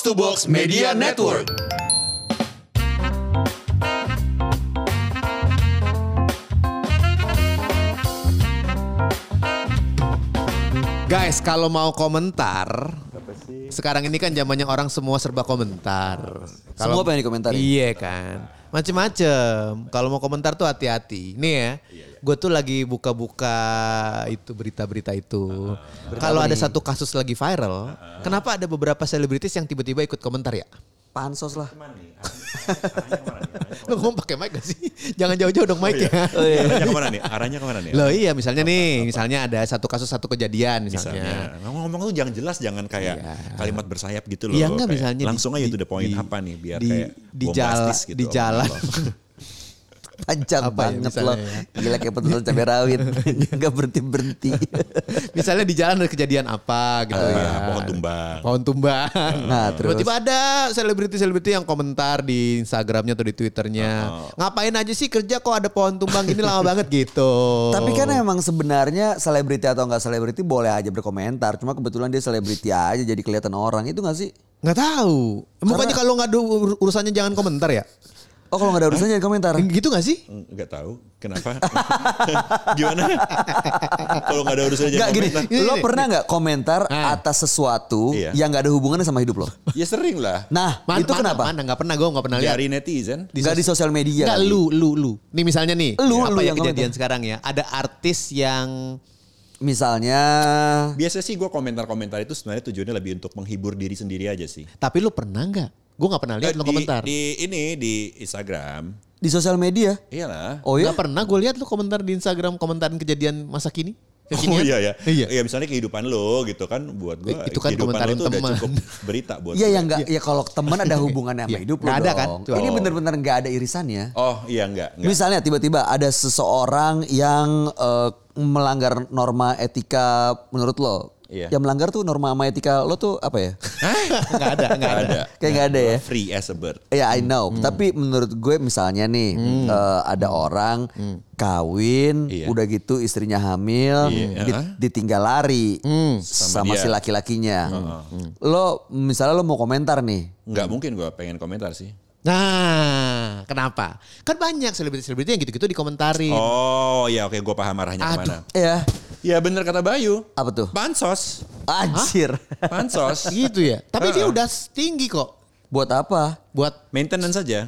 Box to Box Media Network. Guys, kalau mau komentar, sekarang ini kan zamannya orang semua serba komentar. Semua pengen dikomentarin. Iya kan, macem-macem. Kalau mau komentar tuh hati-hati. Nih ya, gue tuh lagi buka-buka itu berita-berita itu. Kalau ada satu kasus lagi viral, kenapa ada beberapa selebritis yang tiba-tiba ikut komentar ya? Pansos lah. Lo ngomong pakai mic gak sih? Jangan jauh-jauh dong mic ya. Arahnya kemana nih? Loh iya, misalnya ada satu kasus satu kejadian misalnya. Ngomong tuh jangan jelas, jangan kayak kalimat bersayap gitu loh. Iya enggak, Kayak misalnya langsung aja to the point apa nih biar kayak di jalan bombastis gitu. di jalan. Panjang Apa ya, banget misalnya loh. Gila kayak petusan cabai rawit. Gak berhenti-berhenti. Misalnya di jalan ada kejadian apa gitu ya. Pohon tumbang. Pohon tumbang. Nah, terus tiba-tiba ada selebriti-selebriti yang komentar di Instagramnya atau di Twitternya. Ngapain aja sih kerja kok ada pohon tumbang gini lama banget gitu. Tapi kan emang sebenarnya selebriti atau enggak selebriti boleh aja berkomentar. Cuma kebetulan dia selebriti aja jadi kelihatan orang. Itu gak sih? Nggak tahu. Bukannya kalau nggak ada urusannya jangan komentar ya? Oh kalau gak ada urusannya jadi komentar. Gitu gak sih? Enggak tahu. Kenapa? Gimana? Kalau enggak ada urusannya Gak jangan gini, komentar. lo pernah gak komentar atas sesuatu yang gak ada hubungannya sama hidup lo? Ya sering lah. Nah itu kenapa? Mana nggak pernah, gue nggak pernah lihat. Dari netizen. Gak di sosial media. Nggak, kali. lu. Nih misalnya nih, Lu apa yang yang kejadian komentar. sekarang ya? Ada artis yang Misalnya. Biasanya sih gue komentar-komentar itu sebenarnya tujuannya lebih untuk menghibur diri sendiri aja sih. tapi lu pernah nggak? Gue nggak pernah lihat lu komentar. Di Instagram. Di sosial media. Iyalah. Oh ya? Nggak pernah gue lihat lu komentar di Instagram, komentarin kejadian masa kini. Oh Kekinian. iya. Iya. Ya misalnya kehidupan lo gitu kan buat gue. Itu kan kehidupan komentarin lo tuh udah teman. cukup berita buat Iya gue. yang enggak. Ya kalau teman ada hubungannya sama Iya. hidup lo Nggak ada dong. kan? Ini Oh. bener-bener gak ada irisannya. Oh iya enggak. Misalnya tiba-tiba ada seseorang yang melanggar norma etika menurut lo. Iya. Yang melanggar tuh norma sama etika lo tuh apa ya? Nggak ada. Kayak gak ada ya? Free as a bird. Ya I know. Tapi menurut gue misalnya nih ada orang kawin, Iya. udah gitu istrinya hamil, Iya. ditinggal lari Sama sama dia. si laki-lakinya. Lo misalnya lo mau komentar nih. Enggak mungkin gue pengen komentar sih. Nah, kenapa? Kan banyak selebriti-selebriti yang gitu-gitu dikomentarin. Oh iya oke gue paham arahnya kemana. Ya, Ya bener kata Bayu. apa tuh? Bansos. Anjir. Bansos. Gitu ya. Tapi dia udah tinggi kok. Buat apa? Buat Maintenance saja.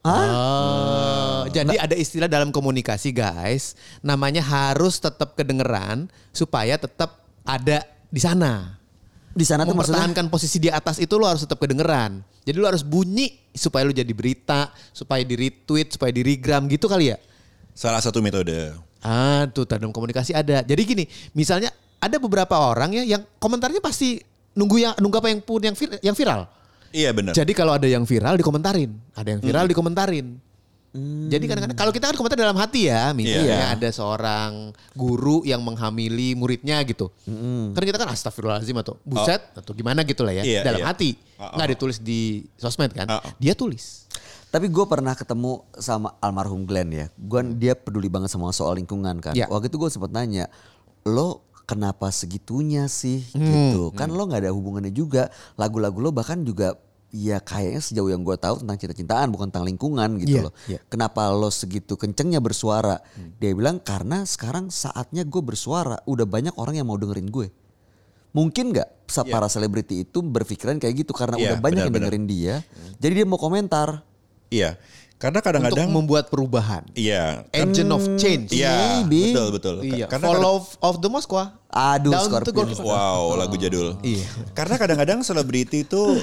jadi ada istilah dalam komunikasi guys, namanya harus tetap kedengeran supaya tetap ada di sana. Di sana tuh maksudnya Mempertahankan posisi di atas itu lo harus tetap kedengeran. Jadi lo harus bunyi supaya lo jadi berita, supaya di retweet, supaya di regram gitu kali ya. Salah satu metode. Tuh dalam komunikasi ada. Jadi gini, misalnya ada beberapa orang ya yang komentarnya pasti nunggu apa yang pun yang viral. Iya benar. Jadi kalau ada yang viral dikomentarin, ada yang viral dikomentarin. Jadi kadang-kadang kalau kita kan komentar dalam hati ya, misalnya ada seorang guru yang menghamili muridnya gitu. Kan kita kan astagfirullahaladzim atau buset atau gimana gitu lah ya, Iya, dalam iya. hati. Nggak ditulis di sosmed kan, Oh. dia tulis. Tapi gue pernah ketemu sama almarhum Glenn ya. Dia peduli banget sama soal lingkungan kan. Ya. Waktu itu gue sempet nanya, lo kenapa segitunya sih gitu. Kan lo gak ada hubungannya juga. Lagu-lagu lo bahkan juga ya kayaknya sejauh yang gue tahu tentang cinta-cintaan bukan tentang lingkungan gitu Iya, loh. iya. Kenapa lo segitu kencengnya bersuara? Dia bilang karena sekarang saatnya gue bersuara. Udah banyak orang yang mau dengerin gue. Mungkin gak para selebriti itu berpikiran kayak gitu karena Iya, udah banyak yang benar-benar. dengerin dia. Jadi dia mau komentar. Iya. Karena Untuk kadang-kadang membuat perubahan. iya. Agent of change. Iya, Maybe. betul. Iya. Karena Follow of the Moskwa. Aduh, Down to Scorpion. Gorky. wow, lagu jadul. Iya. Karena kadang-kadang selebriti itu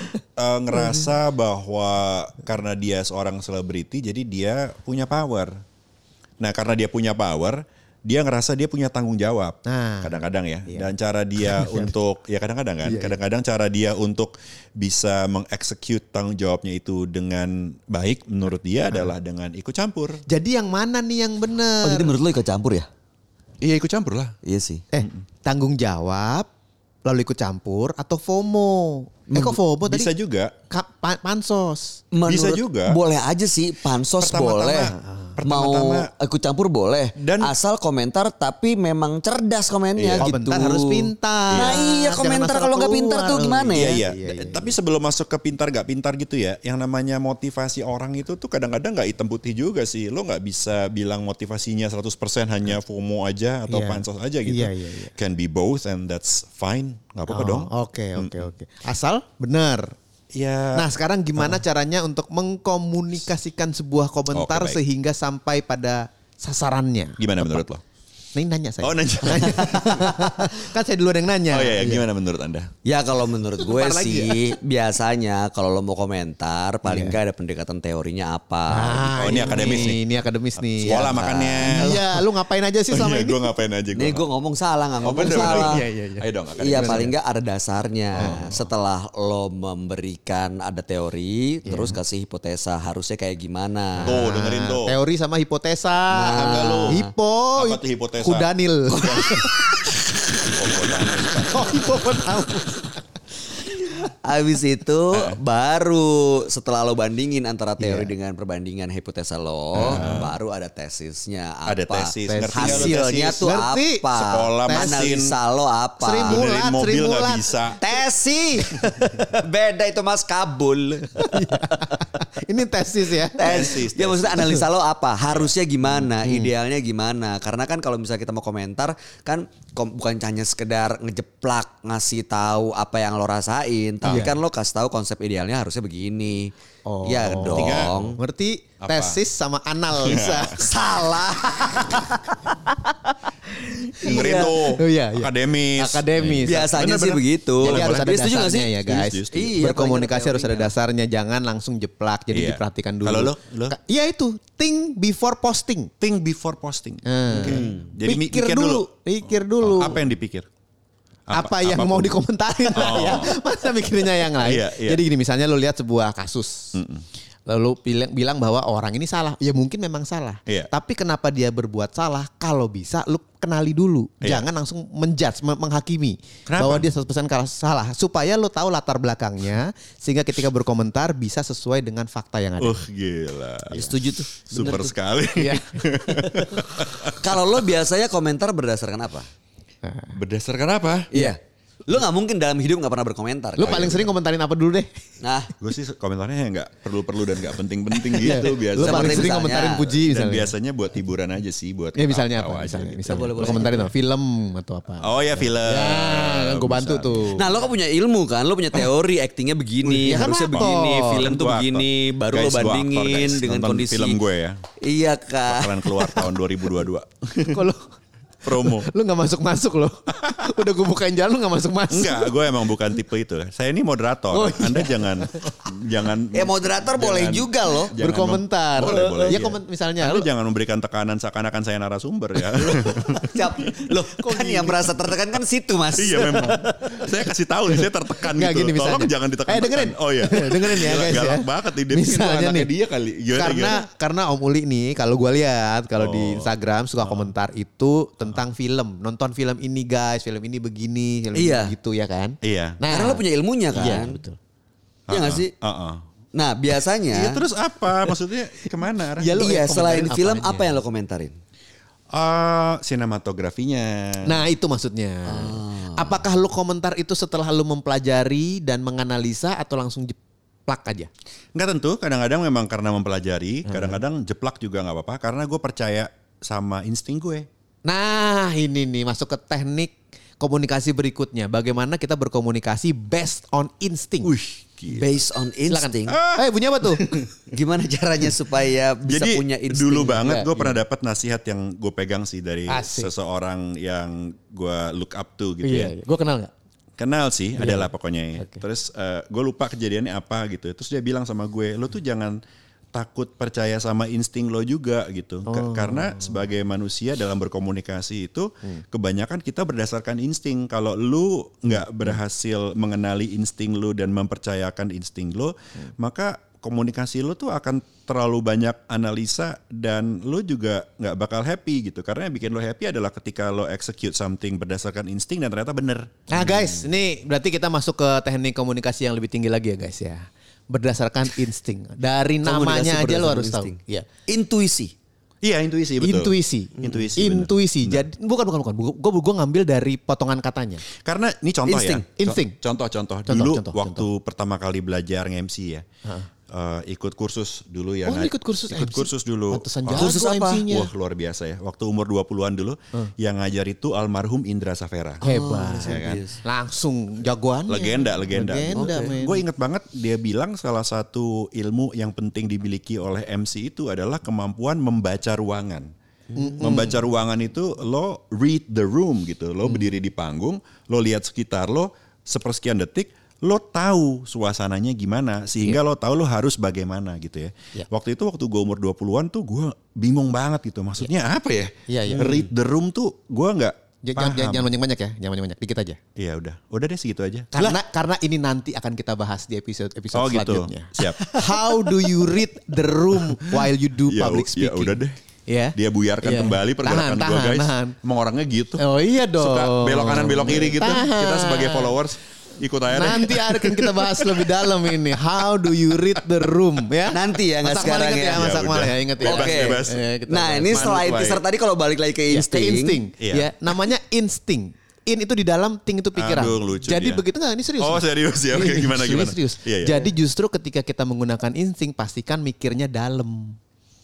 ngerasa bahwa karena dia seorang selebriti jadi dia punya power. Nah, karena dia punya power, dia ngerasa dia punya tanggung jawab. Nah. Kadang-kadang ya. Dan cara dia untuk ya kadang-kadang kan, kadang-kadang cara dia untuk bisa mengeksekut tanggung jawabnya itu dengan baik menurut dia adalah dengan ikut campur. Jadi yang mana nih yang benar? Oh jadi menurut lo ikut campur ya? Iya, ikut campur lah. Iya sih. Tanggung jawab, lalu ikut campur atau FOMO? Kok FOMO tadi? Bisa juga. Pansos. Bisa juga. Boleh aja sih pansos boleh. pertama-tama ikut campur boleh. Dan asal komentar tapi memang cerdas komennya gitu. Komentar harus pintar. Nah iya Jangan komentar asal kalau nggak pintar keluar. tuh gimana ya? Iya. Tapi sebelum masuk ke pintar gak pintar gitu ya, yang namanya motivasi orang itu tuh kadang-kadang gak hitam putih juga sih. Lo gak bisa bilang motivasinya 100% hanya FOMO aja atau Iya. pansos aja gitu. Iya. Can be both and that's fine. Gak apa-apa dong. Oke. Asal benar. Ya. Nah sekarang gimana caranya untuk mengkomunikasikan sebuah komentar Oke, baik. sehingga sampai pada sasarannya? Gimana menurut lo? Ini nanya saya. Oh nanya. Kan saya duluan yang nanya. Oh iya, gimana menurut Anda? Ya kalau menurut gue Bentar lagi sih biasanya kalau lo mau komentar paling nggak ada pendekatan teorinya apa. Oh, ini akademis nih. Ini akademis nih. Sekolah Ya. makannya. Iya, lu ngapain aja sih selama Iya, ini? gue ngapain aja Nih gue ngomong salah nggak ngomong salah. Iya. Ayo dong. Iya paling nggak ada dasarnya. Setelah lo memberikan ada teori, terus kasih hipotesa harusnya kayak gimana. Tuh dengerin tuh. Teori sama hipotesa. Enggak lu. Hipo. Apa tuh hipotesa? Kudanil. Oh, Hipopotamus. Habis itu baru setelah lo bandingin antara teori dengan perbandingan hipotesa lo, baru ada tesisnya apa. Ada tesis. Ngerti nggak lo Hasilnya tesis? tuh Ngerti. apa? Sekolah, mesin. Analisa lo apa? Seribu. Benerin mobil Seribu gak lat. bisa. Tesi. Beda itu Mas Kabul. Ini tesis ya. Tesis. Ya maksudnya analisa lo apa? Harusnya gimana? Idealnya gimana? Karena kan kalau misalnya kita mau komentar kan bukan hanya sekedar ngejeplak ngasih tahu apa yang lo rasain, tapi kan lo kasih tahu konsep idealnya harusnya begini. Oh. Ya dong. Ngerti Apa? tesis sama analisa. Salah. Dengerin tuh. Oh, iya. Akademis. Akademis. Biasanya sih Bener-bener. begitu. Jadi harus ada Dia setuju nggak dasarnya sih? ya guys. Setuju. Iya, Berkomunikasi harus ada teorinya. dasarnya. Jangan langsung jeplak. Jadi Iya. diperhatikan dulu. Kalau lo? Iya itu. Think before posting. Think before posting. Oke. Jadi Pikir mikir dulu. Pikir dulu. Apa yang dipikir? Apa yang apapun. mau dikomentarin lah ya. Masa mikirnya yang lain. Iya. Jadi gini misalnya lo lihat sebuah kasus. Lalu bilang bahwa orang ini salah. Ya mungkin memang salah. Iya. Tapi kenapa dia berbuat salah? Kalau bisa lu kenali dulu. Iya. Jangan langsung menjudge, menghakimi. Kenapa? Bahwa dia 100% salah. Supaya lu tahu latar belakangnya. Sehingga ketika berkomentar bisa sesuai dengan fakta yang ada. Gila. Setuju tuh. Super sekali. Iya. Kalau lo biasanya komentar berdasarkan apa? Berdasarkan apa? Iya. Lo nggak mungkin dalam hidup nggak pernah berkomentar. Lu kan? paling sering komentarin apa dulu deh? Nah, Gue sih komentarnya nggak perlu-perlu dan nggak penting-penting gitu biasa. Lu paling Seperti sering misalnya- komentarin puji Dan misalnya. biasanya buat hiburan aja sih, buat Ya misalnya ketawa apa? aja Misalnya, gitu. Lu komentarin apa? Film atau apa? Oh ya film. Ya, gue bantu Bisa. tuh. nah lo kan punya ilmu kan, lo punya teori, aktingnya begini, Ya kan harusnya aktor. begini, film tuh Gua begini, aktor. baru Guys, lo gua aktor, bandingin guys. dengan Nonton kondisi film gue ya. Iya kak. Bakalan keluar tahun 2022. Kalau Promo. lu nggak masuk loh. Udah gue bukain jalan lu nggak masuk. Enggak, gue emang bukan tipe itu. Saya ini moderator. Oh, iya. Anda jangan Ya moderator boleh juga loh. jangan Berkomentar. boleh, Ya iya. misalnya Anda lu jangan memberikan tekanan seakan-akan saya narasumber ya. Siap. Loh kan yang merasa tertekan kan situ mas. Iya memang. Saya kasih tahu nih, saya tertekan nggak gitu. gini Tolong misalnya. jangan ditekan. Dengerin. Oh iya. Dengerin ya guys ya. Galak banget nih. Dia pikir gua Misalnya anaknya nih. dia kali. Gimana? Karena Om Uli nih kalau gue lihat kalau Oh. di Instagram suka komentar itu tentang film. Nonton film ini guys, film ini begini, film Iya. ini gitu ya kan. Iya. Nah, Karena lo punya ilmunya kan. Iya betul. Iya nggak sih? Nah biasanya. Iya terus apa? Maksudnya kemana? Ya, lu Iya selain komentarin film apa apa aja? yang lo komentarin? Sinematografinya. Nah itu maksudnya. Apakah lu komentar itu setelah lu mempelajari dan menganalisa atau langsung jeplak aja? Nggak tentu. Kadang-kadang memang karena mempelajari. Kadang-kadang jeplak juga nggak apa-apa. Karena gue percaya sama insting gue. Nah ini nih masuk ke teknik komunikasi berikutnya. Bagaimana kita berkomunikasi based on insting. Gila. Based on Silakan. instinct. Bunyi apa tuh? Gimana caranya supaya bisa Jadi punya insting? dulu banget Iya, gue pernah dapat nasihat yang gue pegang sih dari Asik. seseorang yang gue look up to gitu ya. Gue kenal nggak? Kenal sih, adalah pokoknya. Terus gue lupa kejadiannya apa gitu. Terus dia bilang sama gue, lo tuh jangan takut percaya sama insting lo juga gitu. Karena sebagai manusia dalam berkomunikasi itu kebanyakan kita berdasarkan insting. Kalau lu nggak berhasil mengenali insting lu dan mempercayakan insting lo, maka komunikasi lo tuh akan terlalu banyak analisa dan lo juga nggak bakal happy gitu. Karena yang bikin lo happy adalah ketika lo execute something berdasarkan insting dan ternyata bener. Nah guys, ini berarti kita masuk ke teknik komunikasi yang lebih tinggi lagi ya guys ya. Berdasarkan insting. Dari Komunikasi namanya aja lo berdasarkan harus tahu. insting. Iya. Intuisi. Iya, intuisi betul. Intuisi. Jadi bukan. Gue ngambil dari potongan katanya. Karena ini contoh Insting. Contoh. Dulu waktu pertama kali belajar nge-MC ya. Ikut kursus dulu ya. Ikut kursus dulu. Kursus apa? MC-nya. Wah, luar biasa ya. Waktu umur 20-an dulu yang ngajar itu almarhum Indra Safera. Hebat. Ya kan? Langsung jagoannya. Legenda. Gue inget banget dia bilang salah satu ilmu yang penting dimiliki oleh MC itu adalah kemampuan membaca ruangan. Membaca ruangan itu lo read the room gitu. Lo berdiri di panggung, lo lihat sekitar lo sepersekian detik, lo tahu suasananya gimana sehingga lo tahu lo harus bagaimana gitu ya. Waktu itu waktu gue umur 20-an tuh gue bingung banget gitu. Maksudnya apa ya? Read the room tuh gue nggak Jangan banyak-banyak ya, jangan banyak-banyak, dikit aja. Iya udah deh segitu aja. Karena ini nanti akan kita bahas di episode selanjutnya. Gitu. Siap. How do you read the room while you do public speaking? Ya udah deh. Ya. Dia buyarkan kembali pergerakan gue guys. Emang orangnya gitu. Oh iya dong. Suka belok kanan belok kiri gitu. Kita sebagai followers ikut aja deh. Nanti akan kita bahas lebih dalam ini. How do you read the room ya? Nanti ya, nggak sekarang ya. Mas Akmal ya, ingat ya. Bebas. Nah ini selain teaser tadi kalau balik lagi ke insting. Ya, namanya insting. In itu di dalam, ting itu pikiran. Jadi begitu nggak? Ini serius. Oh serius ya? Oke, gimana? Serius. Jadi justru ketika kita menggunakan insting, pastikan mikirnya dalam.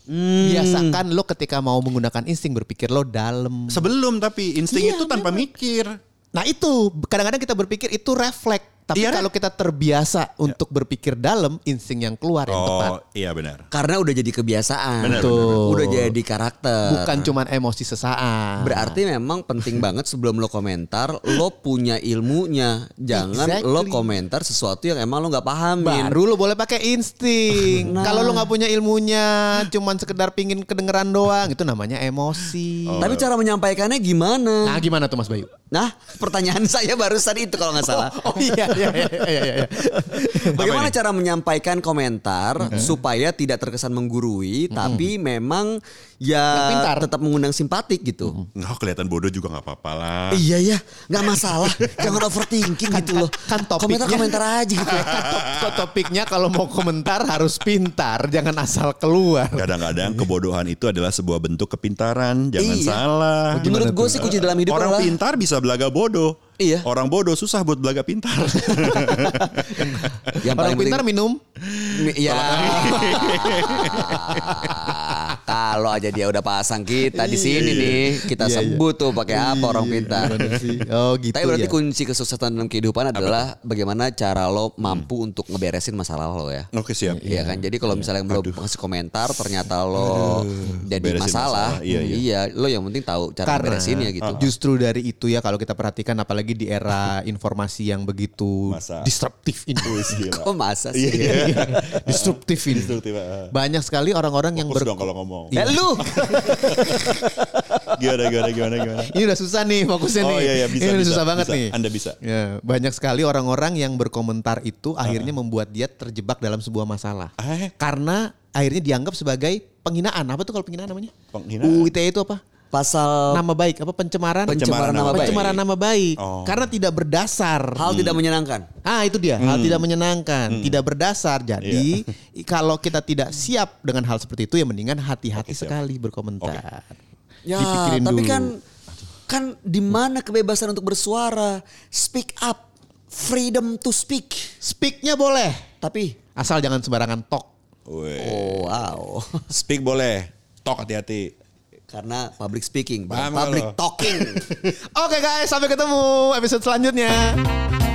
Biasakan lo ketika mau menggunakan insting berpikir lo dalam. Sebelum tapi insting itu tanpa mikir. Nah itu kadang-kadang kita berpikir itu refleks. Tapi kalau kita terbiasa untuk berpikir dalam, insting yang keluar yang tepat. Oh iya benar. Karena udah jadi kebiasaan. Benar. Udah jadi karakter. Bukan cuma emosi sesaat. Berarti memang penting banget sebelum lo komentar, lo punya ilmunya. Jangan lo komentar sesuatu yang emang lo gak pahamin. Baru lo boleh pakai insting. Kalau lo gak punya ilmunya, cuman sekedar pingin kedengeran doang, itu namanya emosi. Tapi cara menyampaikannya gimana? Nah gimana tuh Mas Bayu? Nah pertanyaan saya barusan itu kalau gak salah. Oh iya. Bagaimana cara menyampaikan komentar supaya tidak terkesan menggurui, tapi memang ya tetap mengundang simpatik gitu. Nggak kelihatan bodoh juga nggak apa-apa lah. Iya ya, nggak masalah. Jangan overthinking gitu loh. Kan topiknya komentar aja gitu. Kan topiknya kalau mau komentar harus pintar, jangan asal keluar. Kadang-kadang kebodohan itu adalah sebuah bentuk kepintaran. Jangan salah. Menurut gue sih kunci dalam hidup orang pintar bisa belaga bodoh. Iya. Orang bodoh susah buat belaga pintar. Yang orang pintar minum. Iya. Kalau aja dia udah pasang kita di sini nih, kita sebut tuh pakai apa orang pintar. Oh gitu. Tapi berarti kunci kesuksesan dalam kehidupan adalah bagaimana cara lo mampu untuk ngeberesin masalah lo ya. Oke siap. Iya kan. Jadi kalau misalnya lo kasih komentar ternyata lo jadi masalah, iya lo yang penting tahu cara beresinnya gitu. Justru dari itu ya kalau kita perhatikan apalagi di era informasi yang begitu disruptif ini. Kok masa sih? Disruptif ini. Banyak sekali orang-orang yang dong kalau ngomong. Lu. Gimana? Ini udah susah nih fokusnya nih. Oh iya bisa. Ini susah banget nih. Anda bisa. Ya, banyak sekali orang-orang yang berkomentar itu akhirnya membuat dia terjebak dalam sebuah masalah. Karena akhirnya dianggap sebagai penghinaan. Apa tuh kalau penghinaan namanya? Penghinaan. UITE itu apa? Pasal nama baik apa pencemaran nama baik karena tidak berdasar, hal tidak menyenangkan. Itu dia, hal tidak menyenangkan, tidak berdasar. Jadi kalau kita tidak siap dengan hal seperti itu ya mendingan hati-hati sekali berkomentar. Ya, dipikirin tapi dulu. kan di mana kebebasan untuk bersuara? Speak up, freedom to speak. Speaknya boleh, tapi asal jangan sembarangan talk. Oh wow. Speak boleh, talk hati-hati. Karena public speaking, bukan public talking. Oke guys, sampai ketemu episode selanjutnya.